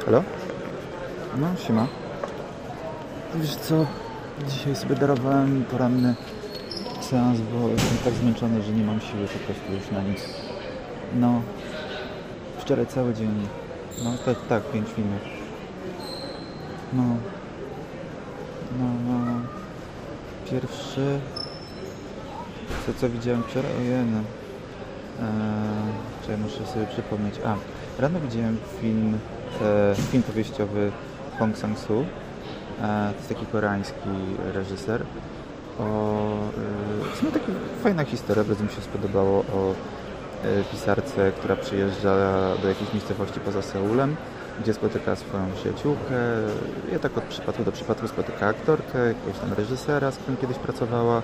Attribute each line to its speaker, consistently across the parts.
Speaker 1: Halo? No, siema. Wiesz co, dzisiaj sobie darowałem poranny seans, bo jestem tak zmęczony, że nie mam siły po prostu już na nic. No, wczoraj cały dzień, no tak, 5 filmów. No. Pierwszy, co widziałem wczoraj, ojej. Czekaj, muszę sobie przypomnieć. Rano widziałem film powieściowy Hong Sang-soo. To jest taki koreański reżyser. W sumie taka fajna historia, bardzo mi się spodobało, o pisarce, która przyjeżdża do jakiejś miejscowości poza Seulem, gdzie spotyka swoją przyjaciółkę. Ja tak od przypadku do przypadku spotyka aktorkę, jakiegoś tam reżysera, z którym kiedyś pracowała.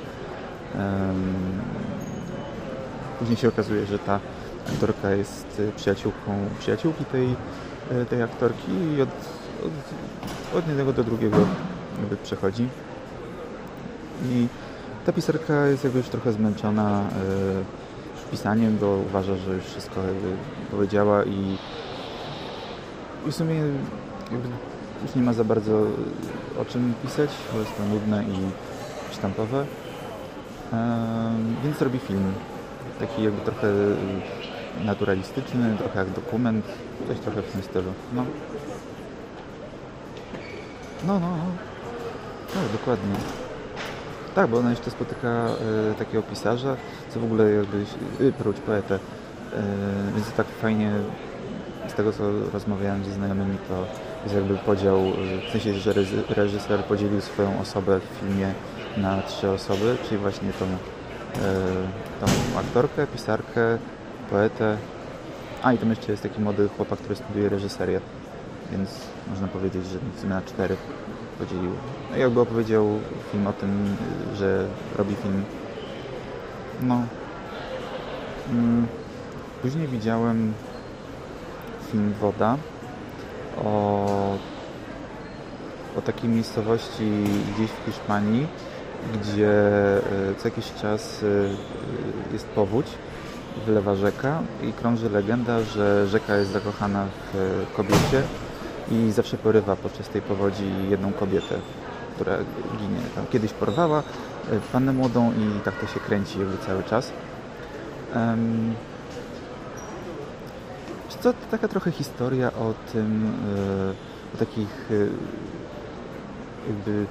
Speaker 1: Później się okazuje, że ta aktorka jest przyjaciółki tej aktorki i od jednego do drugiego jakby przechodzi. I ta pisarka jest jakby już trochę zmęczona pisaniem, bo uważa, że już wszystko jakby powiedziała i w sumie jakby już nie ma za bardzo o czym pisać, bo jest to nudne i sztampowe. Więc robi film. Taki jakby trochę naturalistyczny, trochę jak dokument, coś trochę w tym stylu. No, dokładnie. Tak, bo ona jeszcze spotyka takiego pisarza, co w ogóle jakby poetę. Więc tak fajnie, z tego co rozmawiałem ze znajomymi, to jest jakby podział, w sensie, że reżyser podzielił swoją osobę w filmie na 3 osoby, czyli właśnie tą aktorkę, pisarkę, poetę. I tam jeszcze jest taki młody chłopak, który studiuje reżyserię, więc można powiedzieć, że w sumie na 4 podzielił. No i jakby opowiedział film o tym, że robi film. Później widziałem film Woda o takiej miejscowości gdzieś w Hiszpanii, gdzie co jakiś czas jest powódź, wylewa rzeka i krąży legenda, że rzeka jest zakochana w kobiecie i zawsze porywa podczas tej powodzi jedną kobietę, która ginie. Tam kiedyś porwała pannę młodą i tak to się kręci jakby cały czas. To taka trochę historia o tym, o takich jakby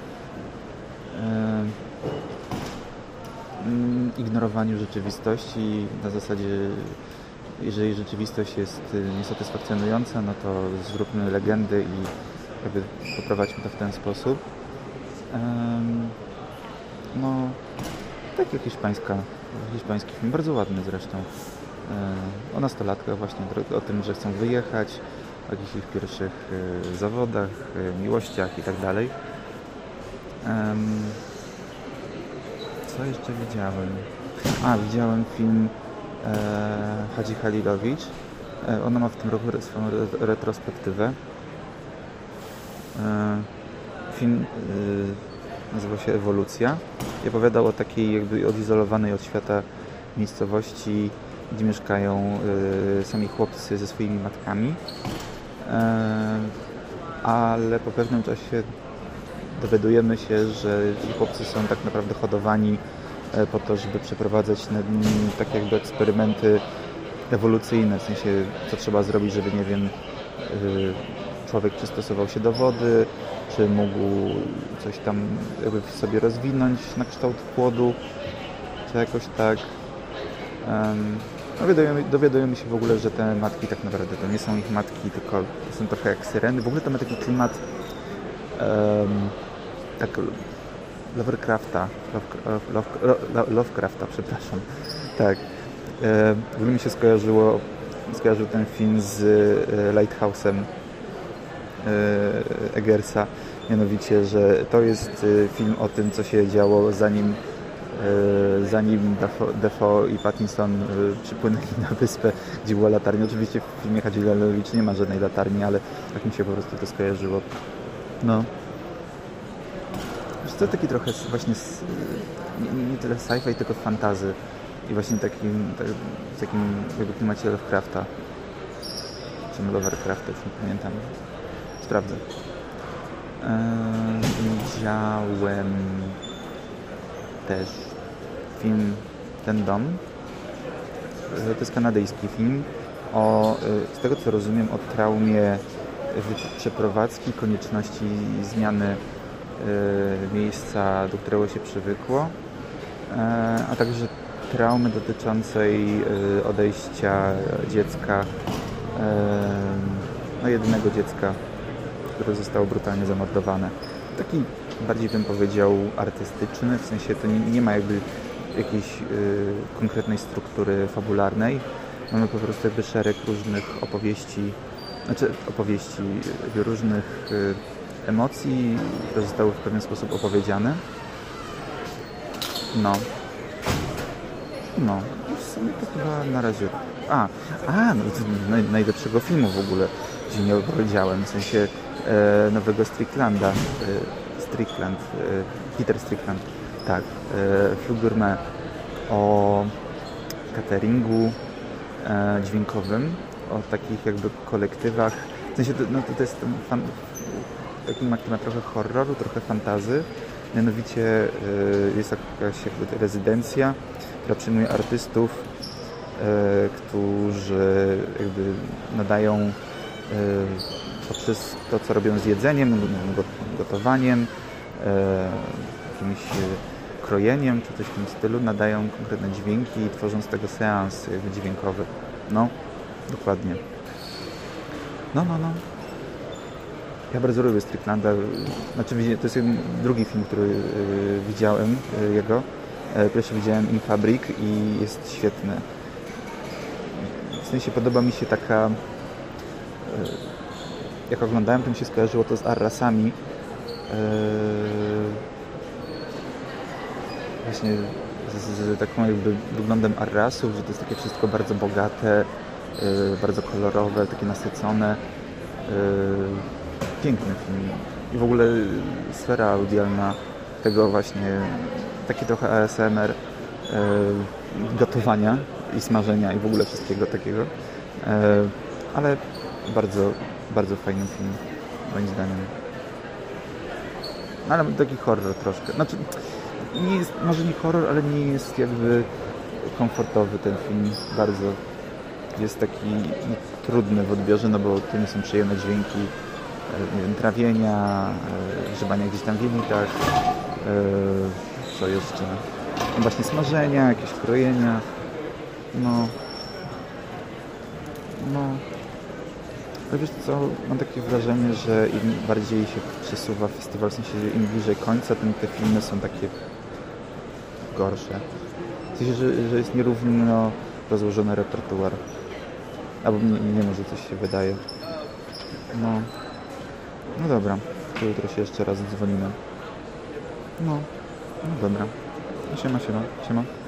Speaker 1: ignorowaniu rzeczywistości na zasadzie, jeżeli rzeczywistość jest niesatysfakcjonująca, no to zróbmy legendy i jakby poprowadźmy to w ten sposób. Taki hiszpański film, bardzo ładny zresztą. O nastolatkach właśnie, o tym, że chcą wyjechać, o jakichś ich pierwszych zawodach, miłościach i tak dalej. Co jeszcze widziałem? Widziałem film Hadzi Halilowicz. Ona ma w tym roku swoją retrospektywę. Film nazywa się Ewolucja i opowiadał o takiej jakby odizolowanej od świata miejscowości, gdzie mieszkają sami chłopcy ze swoimi matkami. Ale po pewnym czasie dowiadujemy się, że ci chłopcy są tak naprawdę hodowani po to, żeby przeprowadzać takie jakby eksperymenty ewolucyjne, w sensie co trzeba zrobić, żeby, nie wiem, człowiek przystosował się do wody, czy mógł coś tam jakby w sobie rozwinąć na kształt płodu, czy jakoś tak. Dowiadujemy się w ogóle, że te matki tak naprawdę to nie są ich matki, tylko są trochę jak syreny. W ogóle to ma taki klimat tak Lovecrafta, przepraszam. Tak. W ogóle mi się skojarzył ten film z Lighthouse'em Eggersa. Mianowicie, że to jest film o tym, co się działo zanim Defoe i Pattinson przypłynęli na wyspę, gdzie była latarnia. Oczywiście w filmie Hadzi Halilowicz nie ma żadnej latarni, ale tak mi się po prostu to skojarzyło. To taki trochę właśnie nie tyle sci-fi, tylko fantasy i właśnie takim jakby klimacie Lovecrafta, czy Lovercrafta, już nie pamiętam. Sprawdzę. Widziałem też film Ten dom. To jest kanadyjski film o, z tego co rozumiem, o traumie przeprowadzki, konieczności zmiany miejsca, do którego się przywykło, a także traumy dotyczącej odejścia dziecka, jedynego dziecka, które zostało brutalnie zamordowane. Taki bardziej bym powiedział artystyczny, w sensie to nie ma jakby jakiejś konkretnej struktury fabularnej. Mamy po prostu jakby szereg różnych opowieści, różnych emocji, które zostały w pewien sposób opowiedziane. No w sumie to chyba na razie... najlepszego filmu w ogóle, gdzie nie opowiedziałem, w sensie nowego Stricklanda, Peter Strickland, tak, Flug Gourmet, o cateringu dźwiękowym, o takich jakby kolektywach, w sensie to jest ten taki ma trochę horroru, trochę fantazy, mianowicie jest jakaś jakby rezydencja, która przyjmuje artystów, którzy jakby nadają poprzez to, co robią z jedzeniem, gotowaniem, jakimś krojeniem czy coś w tym stylu, nadają konkretne dźwięki i tworzą z tego seans jakby dźwiękowy. No, dokładnie. No. Ja bardzo lubię Stricklanda. Znaczy, to jest drugi film, który widziałem jego. Pierwszy widziałem In Fabric i jest świetny. W sensie podoba mi się taka... Jak oglądałem, to mi się skojarzyło to z Arrasami. Właśnie z taką jakby wyglądem Arrasów, że to jest takie wszystko bardzo bogate, bardzo kolorowe, takie nasycone. Piękny film. I w ogóle sfera audialna tego właśnie, taki trochę ASMR gotowania i smażenia i w ogóle wszystkiego takiego. Ale bardzo, bardzo fajny film, moim zdaniem. Ale taki horror troszkę. Znaczy, nie jest, może nie horror, ale nie jest jakby komfortowy ten film. Bardzo jest taki trudny w odbiorze, no bo to nie są przyjemne dźwięki, nie wiem, trawienia, grzebania gdzieś tam w jelitach, co jeszcze? No właśnie smażenia, jakieś krojenia. No. Ale wiesz co, mam takie wrażenie, że im bardziej się przesuwa festiwal, w sensie im bliżej końca, tym te filmy są takie gorsze. W sensie, że jest nierówno rozłożony repertuar. Albo nie może coś się wydaje. No dobra, to jutro się jeszcze raz dzwonimy. No dobra. Siema.